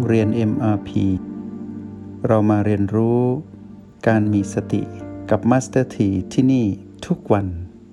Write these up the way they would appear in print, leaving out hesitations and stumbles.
เรียน MRP เรามาเรียนรู้การมีสติกับ Master T ที่นี่ทุกวัน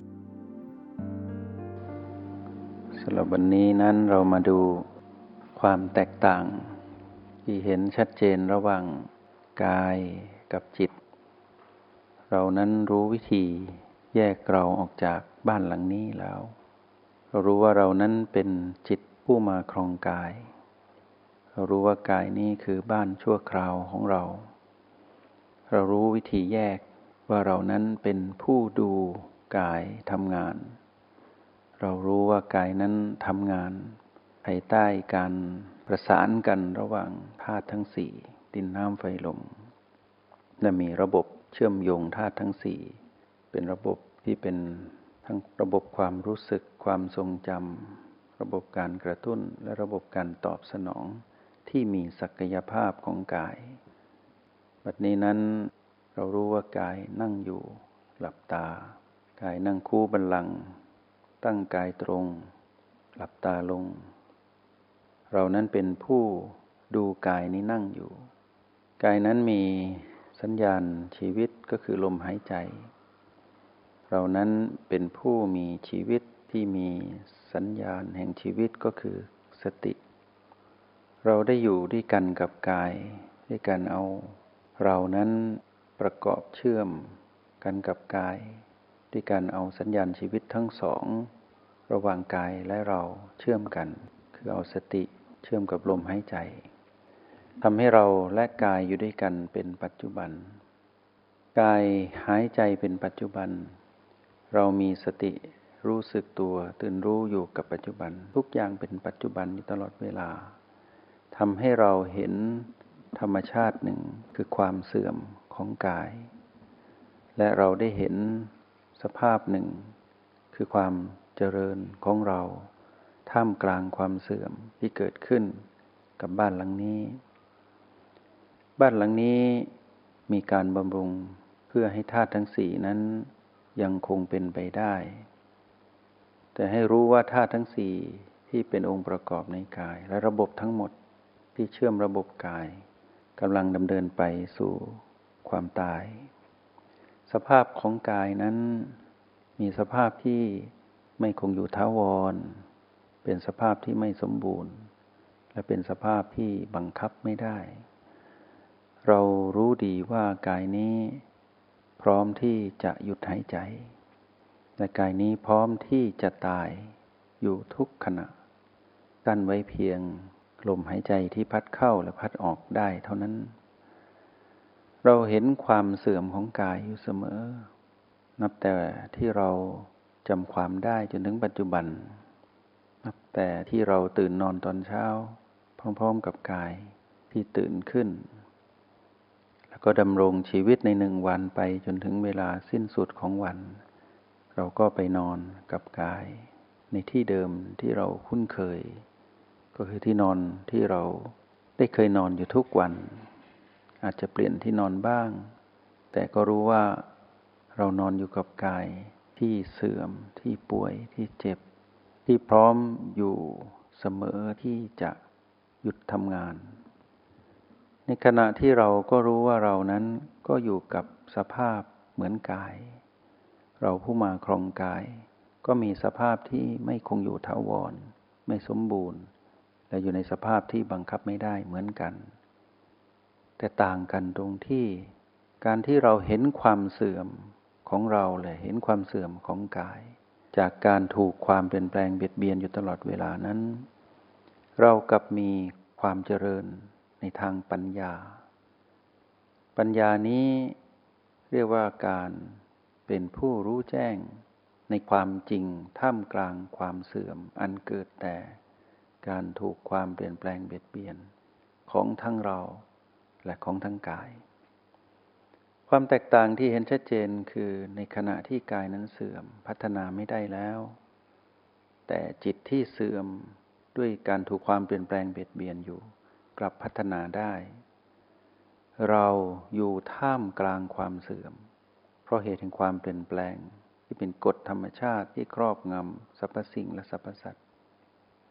สำหรับวันนี้นั้นเรามาดูความแตกต่างที่เห็นชัดเจนระหว่างกายกับจิตเรานั้นรู้วิธีแยกเราออกจากบ้านหลังนี้แล้วเรารู้ว่าเรานั้นเป็นจิตผู้มาครองกายเรารู้ว่ากายนี้คือบ้านชั่วคราวของเราเรารู้วิธีแยกว่าเรานั้นเป็นผู้ดูกายทำงานเรารู้ว่ากายนั้นทำงานภายใต้การประสานกันระหว่างธาตุทั้งสี่ดินน้ำไฟลมและมีระบบเชื่อมโยงธาตุทั้งสี่เป็นระบบที่เป็นทั้งระบบความรู้สึกความทรงจำระบบการกระตุ้นและระบบการตอบสนองที่มีศักยภาพของกายบัดนี้นั้นเรารู้ว่ากายนั่งอยู่หลับตากายนั่งคู่บัลลังก์ตั้งกายตรงหลับตาลงเรานั้นเป็นผู้ดูกายนี้นั่งอยู่กายนั้นมีสัญญาณชีวิตก็คือลมหายใจเรานั้นเป็นผู้มีชีวิตที่มีสัญญาณแห่งชีวิตก็คือสติเราได้อยู่ด้วยกันกับกายด้วยการเอาเรานั้นประกอบเชื่อมกันกับกายด้วยการเอาสัญญาณชีวิตทั้งสองระหว่างกายและเราเชื่อมกันคือเอาสติเชื่อมกับลมหายใจทำให้เราและกายอยู่ด้วยกันเป็นปัจจุบันกายหายใจเป็นปัจจุบันเรามีสติรู้สึกตัวตื่นรู้อยู่กับปัจจุบันทุกอย่างเป็นปัจจุบันอยู่ตลอดเวลาทำให้เราเห็นธรรมชาติหนึ่งคือความเสื่อมของกายและเราได้เห็นสภาพหนึ่งคือความเจริญของเราท่ามกลางความเสื่อมที่เกิดขึ้นกับบ้านหลังนี้บ้านหลังนี้มีการบำรุงเพื่อให้ธาตุทั้งสี่นั้นยังคงเป็นไปได้แต่ให้รู้ว่าธาตุทั้งสี่ที่เป็นองค์ประกอบในกายและระบบทั้งหมดที่เชื่อมระบบกายกำลังดำเนินไปสู่ความตายสภาพของกายนั้นมีสภาพที่ไม่คงอยู่ถาวรเป็นสภาพที่ไม่สมบูรณ์และเป็นสภาพที่บังคับไม่ได้เรารู้ดีว่ากายนี้พร้อมที่จะหยุดหายใจและกายนี้พร้อมที่จะตายอยู่ทุกขณะกั้นไว้เพียงลมหายใจที่พัดเข้าและพัดออกได้เท่านั้นเราเห็นความเสื่อมของกายอยู่เสมอนับแต่ที่เราจำความได้จนถึงปัจจุบันนับแต่ที่เราตื่นนอนตอนเช้าพร้อมๆกับกายที่ตื่นขึ้นแล้วก็ดำรงชีวิตใน1 วันไปจนถึงเวลาสิ้นสุดของวันเราก็ไปนอนกับกายในที่เดิมที่เราคุ้นเคยก็คือที่นอนที่เราได้เคยนอนอยู่ทุกวันอาจจะเปลี่ยนที่นอนบ้างแต่ก็รู้ว่าเรานอนอยู่กับกายที่เสื่อมที่ป่วยที่เจ็บที่พร้อมอยู่เสมอที่จะหยุดทำงานในขณะที่เราก็รู้ว่าเรานั้นก็อยู่กับสภาพเหมือนกายเราผู้มาครองกายก็มีสภาพที่ไม่คงอยู่ถาวรไม่สมบูรณ์และอยู่ในสภาพที่บังคับไม่ได้เหมือนกันแต่ต่างกันตรงที่การที่เราเห็นความเสื่อมของเราและเห็นความเสื่อมของกายจากการถูกความเปลี่ยนแปลงเบียดเบียนอยู่ตลอดเวลานั้นเรากับมีความเจริญในทางปัญญาปัญญานี้เรียกว่าการเป็นผู้รู้แจ้งในความจริงท่ามกลางความเสื่อมอันเกิดแต่การถูกความเปลี่ยนแปลงเบียดเบียนของทั้งเราและของทั้งกายความแตกต่างที่เห็นชัดเจนคือในขณะที่กายนั้นเสื่อมพัฒนาไม่ได้แล้วแต่จิตที่เสื่อมด้วยการถูกความเปลี่ยนแปลงเบียดเบียนอยู่กลับพัฒนาได้เราอยู่ท่ามกลางความเสื่อมเพราะเหตุแห่งความเปลี่ยนแปลงที่เป็นกฎธรรมชาติที่ครอบงำสรรพสิ่งและสรรพสัตว์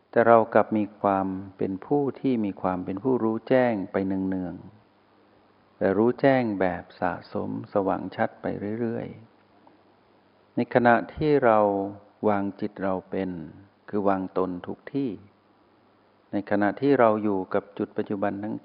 แต่เรากลับมีความเป็นผู้ที่มีความเป็นผู้รู้แจ้งไปเนืองๆแต่รู้แจ้งแบบสะสมสว่างชัดไปเรื่อยๆในขณะที่เราวางจิตเราเป็นคือวางตนทุกที่ในขณะที่เราอยู่กับจุดปัจจุบันทั้ง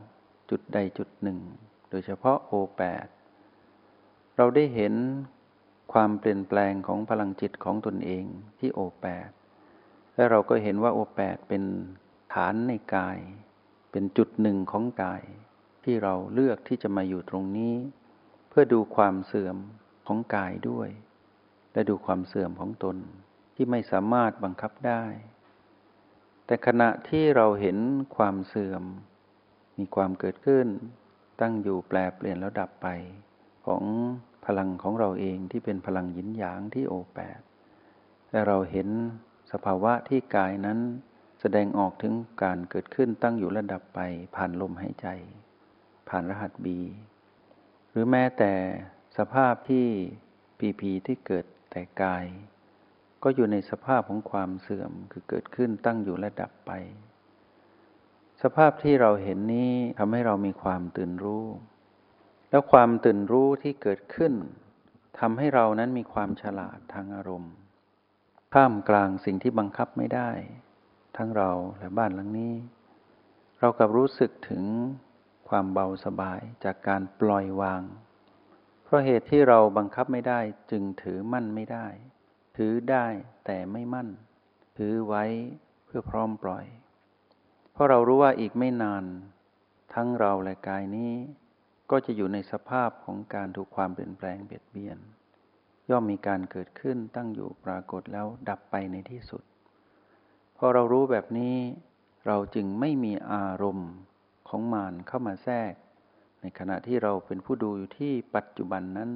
9จุดใดจุดหนึ่งโดยเฉพาะโอแปดเราได้เห็นความเปลี่ยนแปลงของพลังจิตของตนเองที่โอแปดและเราก็เห็นว่าโอแปดเป็นฐานในกายเป็นจุดหนึ่งของกายที่เราเลือกที่จะมาอยู่ตรงนี้เพื่อดูความเสื่อมของกายด้วยและดูความเสื่อมของตนที่ไม่สามารถบังคับได้แต่ขณะที่เราเห็นความเสื่อมมีความเกิดขึ้นตั้งอยู่แปรเปลี่ยนแล้วดับไปของพลังของเราเองที่เป็นพลังหยินหยางที่โอแปดและเราเห็นสภาวะที่กายนั้นแสดงออกถึงการเกิดขึ้นตั้งอยู่และดับไปผ่านลมหายใจผ่านรหัสบีหรือแม้แต่สภาพที่พีที่เกิดแต่กายก็อยู่ในสภาพของความเสื่อมคือเกิดขึ้นตั้งอยู่และดับไปสภาพที่เราเห็นนี้ทำให้เรามีความตื่นรู้แล้วความตื่นรู้ที่เกิดขึ้นทำให้เรานั้นมีความฉลาดทางอารมณ์ท่ามกลางสิ่งที่บังคับไม่ได้ทั้งเราและบ้านหลังนี้เรากลับรู้สึกถึงความเบาสบายจากการปล่อยวางเพราะเหตุที่เราบังคับไม่ได้จึงถือมั่นไม่ได้ถือได้แต่ไม่มั่นถือไว้เพื่อพร้อมปล่อยเพราะเรารู้ว่าอีกไม่นานทั้งเราและกายนี้ก็จะอยู่ในสภาพของการถูกความเปลี่ยนแปลงเบียดเบียนย่อมมีการเกิดขึ้นตั้งอยู่ปรากฏแล้วดับไปในที่สุดพอเรารู้แบบนี้เราจึงไม่มีอารมณ์ของมารเข้ามาแทรกในขณะที่เราเป็นผู้ดูอยู่ที่ปัจจุบันนั้น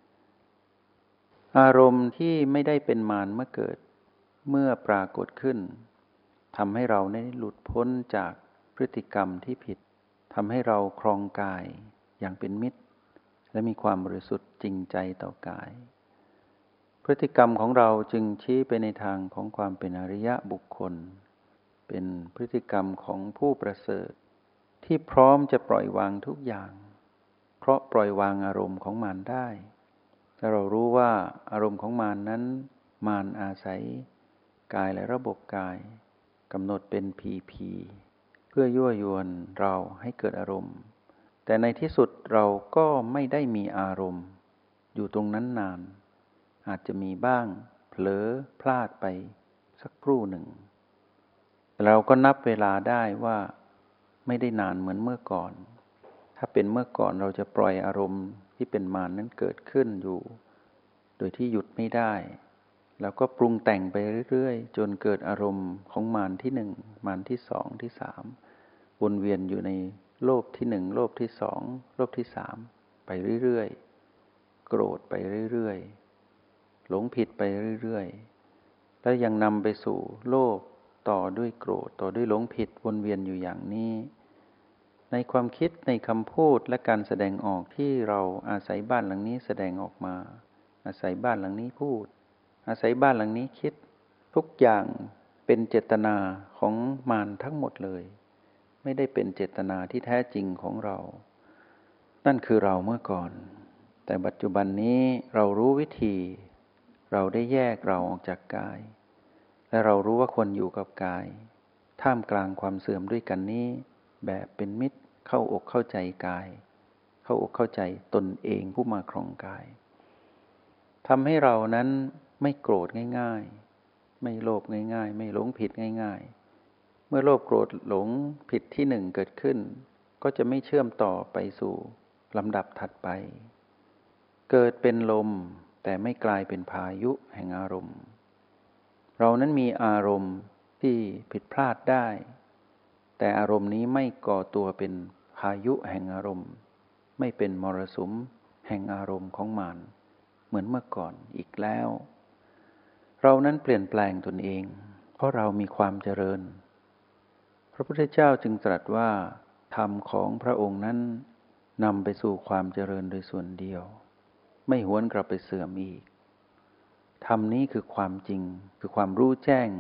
อารมณ์ที่ไม่ได้เป็นมารเมื่อปรากฏขึ้นทำให้เราได้หลุดพ้นจากพฤติกรรมที่ผิดทำให้เราครองกายอย่างเป็นมิตรและมีความบริสุทธิ์จริงใจต่อกายพฤติกรรมของเราจึงชี้ไปในทางของความเป็นอริยะบุคคลเป็นพฤติกรรมของผู้ประเสริฐที่พร้อมจะปล่อยวางทุกอย่างเพราะปล่อยวางอารมณ์ของมารได้และเรารู้ว่าอารมณ์ของมารนั้นมารอาศัยกายและระบบกายกำหนดเป็นพีเพื่อยั่วยวนเราให้เกิดอารมณ์แต่ในที่สุดเราก็ไม่ได้มีอารมณ์อยู่ตรงนั้นนานอาจจะมีบ้างเผลอพลาดไปสักครู่หนึ่งเราก็นับเวลาได้ว่าไม่ได้นานเหมือนเมื่อก่อนถ้าเป็นเมื่อก่อนเราจะปล่อยอารมณ์ที่เป็นมารนั้นเกิดขึ้นอยู่โดยที่หยุดไม่ได้แล้วก็ปรุงแต่งไปเรื่อยๆจนเกิดอารมณ์ของมารที่1มารที่2ที่3วนเวียนอยู่ในโลภที่1โลภที่2โลภที่3ไปเรื่อยๆโกรธไปเรื่อยๆหลงผิดไปเรื่อยๆแล้วยังนำไปสู่โลภต่อด้วยโกรธต่อด้วยหลงผิดวนเวียนอยู่อย่างนี้ในความคิดในคำพูดและการแสดงออกที่เราอาศัยบ้านหลังนี้แสดงออกมาอาศัยบ้านหลังนี้พูดอาศัยบ้านหลังนี้คิดทุกอย่างเป็นเจตนาของมารทั้งหมดเลยไม่ได้เป็นเจตนาที่แท้จริงของเรานั่นคือเราเมื่อก่อนแต่ปัจจุบันนี้เรารู้วิธีเราได้แยกเราออกจากกายและเรารู้ว่าควรอยู่กับกายท่ามกลางความเสื่อมด้วยกันนี้แบบเป็นมิตรเข้าอกเข้าใจกายเข้าอกเข้าใจตนเองผู้มาครองกายทำให้เรานั้นไม่โกรธง่ายๆไม่โลภง่ายๆไม่หลงผิดง่ายๆเมื่อโลภโกรธหลงผิดที่หนึ่งเกิดขึ้นก็จะไม่เชื่อมต่อไปสู่ลำดับถัดไปเกิดเป็นลมแต่ไม่กลายเป็นพายุแห่งอารมณ์เรานั้นมีอารมณ์ที่ผิดพลาดได้แต่อารมณ์นี้ไม่ก่อตัวเป็นพายุแห่งอารมณ์ไม่เป็นมรสุมแห่งอารมณ์ของมารเหมือนเมื่อก่อนอีกแล้วเรานั้นเปลี่ยนแปลงตนเองเพราะเรามีความเจริญพระพุทธเจ้าจึงตรัสว่าธรรมของพระองค์นั้นนำไปสู่ความเจริญโดยส่วนเดียวไม่หวนกลับไปเสื่อมอีกธรรมนี้คือความจริงคือความรู้แจ้ง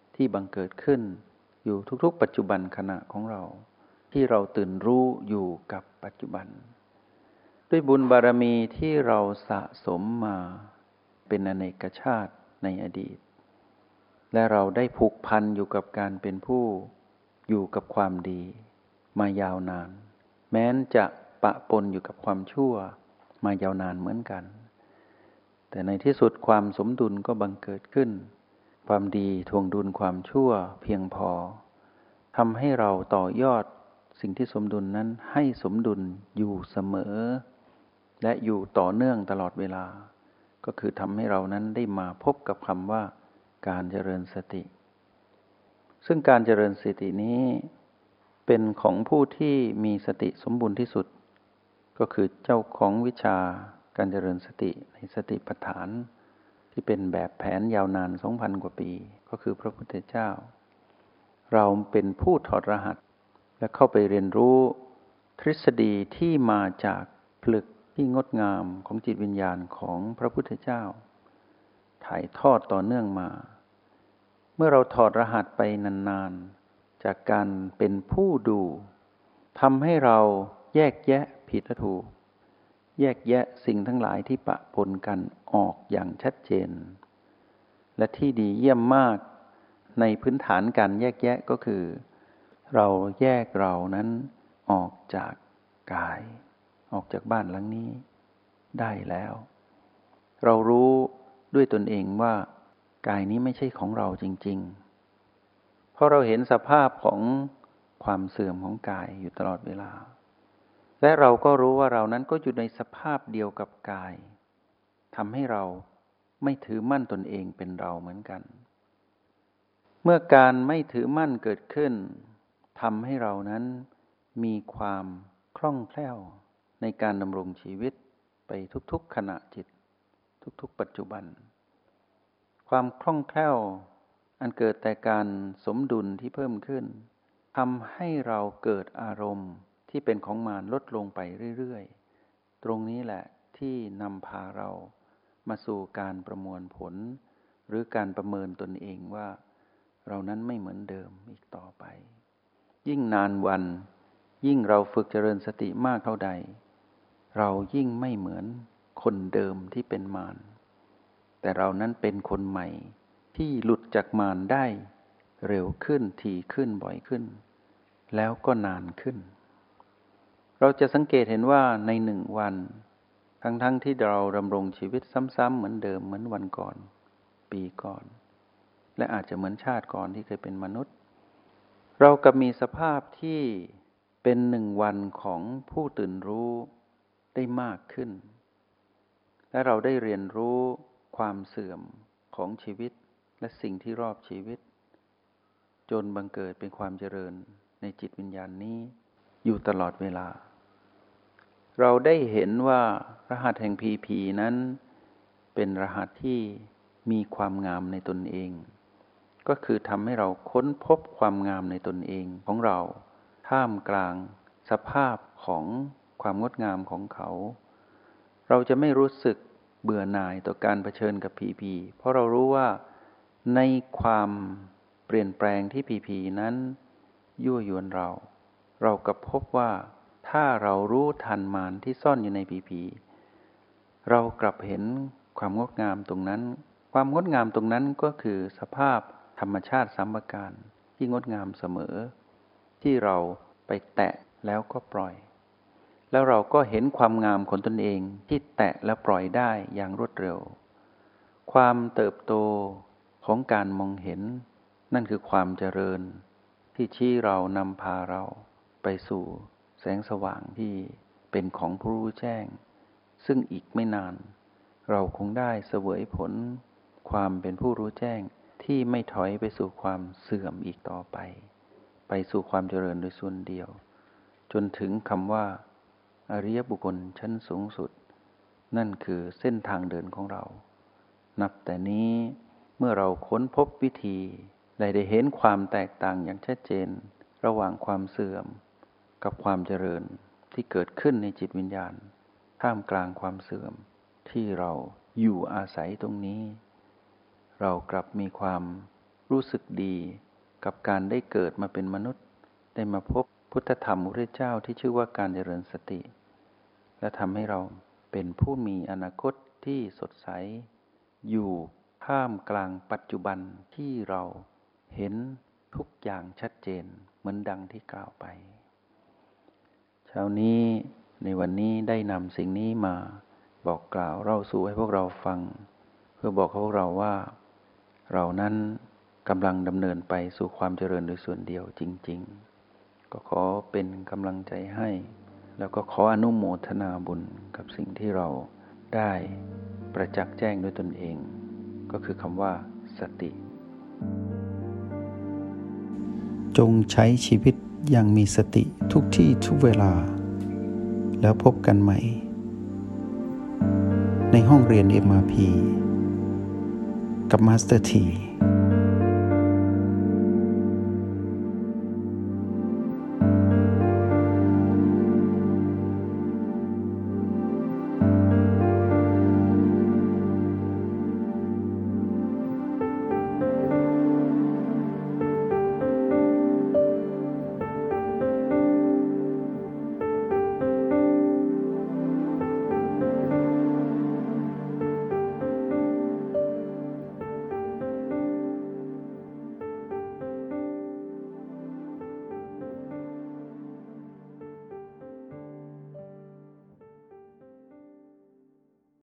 ที่บังเกิดขึ้นอยู่ทุกๆปัจจุบันขณะของเราที่เราตื่นรู้อยู่กับปัจจุบันด้วยบุญบารมีที่เราสะสมมาเป็นอเนกชาติในอดีตและเราได้ผูกพันอยู่กับการเป็นผู้อยู่กับความดีมายาวนานแม้นจะปะปนอยู่กับความชั่วมายาวนานเหมือนกันแต่ในที่สุดความสมดุลก็บังเกิดขึ้นความดีทวงดุลความชั่วเพียงพอทำให้เราต่อยอดสิ่งที่สมดุลนั้นให้สมดุลอยู่เสมอและอยู่ต่อเนื่องตลอดเวลาก็คือทำให้เรานั้นได้มาพบกับคำว่าการเจริญสติซึ่งการเจริญสตินี้เป็นของผู้ที่มีสติสมบูรณ์ที่สุดก็คือเจ้าของวิชาการเจริญสติในสติปัฏฐานที่เป็นแบบแผนยาวนาน 2,000 กว่าปีก็คือพระพุทธเจ้าเราเป็นผู้ถอดรหัสและเข้าไปเรียนรู้ทฤษฎีที่มาจากผลึกที่งดงามของจิตวิญญาณของพระพุทธเจ้าถ่ายทอดต่อเนื่องมาเมื่อเราถอดรหัสไปนานๆจากการเป็นผู้ดูทำให้เราแยกแยะผิดและถูกแยกแยะสิ่งทั้งหลายที่ปะปนกันออกอย่างชัดเจนและที่ดีเยี่ยมมากในพื้นฐานการแยกแยะก็คือเราแยกเรานั้นออกจากกายออกจากบ้านหลังนี้ได้แล้วเรารู้ด้วยตนเองว่ากายนี้ไม่ใช่ของเราจริงๆเพราะเราเห็นสภาพของความเสื่อมของกายอยู่ตลอดเวลาและเราก็รู้ว่าเรานั้นก็อยู่ในสภาพเดียวกับกายทำให้เราไม่ถือมั่นตนเองเป็นเราเหมือนกันเมื่อการไม่ถือมั่นเกิดขึ้นทำให้เรานั้นมีความคล่องแคล่วในการดำรงชีวิตไปทุกๆขณะจิตทุกๆปัจจุบันความคล่องแคล่วอันเกิดแต่การสมดุลที่เพิ่มขึ้นทำให้เราเกิดอารมณ์ที่เป็นของมารลดลงไปเรื่อยๆตรงนี้แหละที่นำพาเรามาสู่การประมวลผลหรือการประเมินตนเองว่าเรานั้นไม่เหมือนเดิมอีกต่อไปยิ่งนานวันยิ่งเราฝึกเจริญสติมากเท่าใดเรายิ่งไม่เหมือนคนเดิมที่เป็นมารแต่เรานั้นเป็นคนใหม่ที่หลุดจากมารได้เร็วขึ้นถี่ขึ้นบ่อยขึ้นแล้วก็นานขึ้นเราจะสังเกตเห็นว่าใน1 วันทั้งที่เราดำรงชีวิตซ้ำๆเหมือนเดิมเหมือนวันก่อนปีก่อนและอาจจะเหมือนชาติก่อนที่เคยเป็นมนุษย์เรากับมีสภาพที่เป็น1 วันของผู้ตื่นรู้ได้มากขึ้นและเราได้เรียนรู้ความเสื่อมของชีวิตและสิ่งที่รอบชีวิตจนบังเกิดเป็นความเจริญในจิตวิญญาณนี้อยู่ตลอดเวลาเราได้เห็นว่ารหัสแห่งพีพีนั้นเป็นรหัสที่มีความงามในตนเองก็คือทำให้เราค้นพบความงามในตนเองของเราท่ามกลางสภาพของความงดงามของเขาเราจะไม่รู้สึกเบื่อหน่ายต่อการเผชิญกับพีพีเพราะเรารู้ว่าในความเปลี่ยนแปลงที่พีพีนั้นยั่วยวนเรากลับพบว่าถ้าเรารู้ทันมารที่ซ่อนอยู่ในพีพีเรากลับเห็นความงดงามตรงนั้นความงดงามตรงนั้นก็คือสภาพธรรมชาติสัมปการที่งดงามเสมอที่เราไปแตะแล้วก็ปล่อยแล้วเราก็เห็นความงามของตนเองที่แตะและปล่อยได้อย่างรวดเร็วความเติบโตของการมองเห็นนั่นคือความเจริญที่ชี้เรานำพาเราไปสู่แสงสว่างที่เป็นของผู้รู้แจ้งซึ่งอีกไม่นานเราคงได้เสวยผลความเป็นผู้รู้แจ้งที่ไม่ถอยไปสู่ความเสื่อมอีกต่อไปไปสู่ความเจริญโดยส่วนเดียวจนถึงคำว่าอริยบุคคลชั้นสูงสุดนั่นคือเส้นทางเดินของเรานับแต่นี้เมื่อเราค้นพบวิธีและได้เห็นความแตกต่างอย่างชัดเจนระหว่างความเสื่อมกับความเจริญที่เกิดขึ้นในจิตวิญญาณท่ามกลางความเสื่อมที่เราอยู่อาศัยตรงนี้เรากลับมีความรู้สึกดีกับการได้เกิดมาเป็นมนุษย์ได้มาพบพุทธธรรมของพระเจ้าที่ชื่อว่าการเจริญสติ และทำให้เราเป็นผู้มีอนาคตที่สดใสอยู่ท่ามกลางปัจจุบันที่เราเห็นทุกอย่างชัดเจนเหมือนดังที่กล่าวไปเช้านี้ในวันนี้ได้นำสิ่งนี้มาบอกกล่าวเล่าสู่ให้พวกเราฟังเพื่อบอกพวกเราว่าเรานั้นกำลังดำเนินไปสู่ความเจริญโดยส่วนเดียวจริงๆก็ขอเป็นกำลังใจให้แล้วก็ขออนุโมทนาบุญกับสิ่งที่เราได้ประจักษ์แจ้งด้วยตนเองก็คือคำว่าสติจงใช้ชีวิตอย่างมีสติทุกที่ทุกเวลาแล้วพบกันใหม่ในห้องเรียน MRP กับมาสเตอร์ที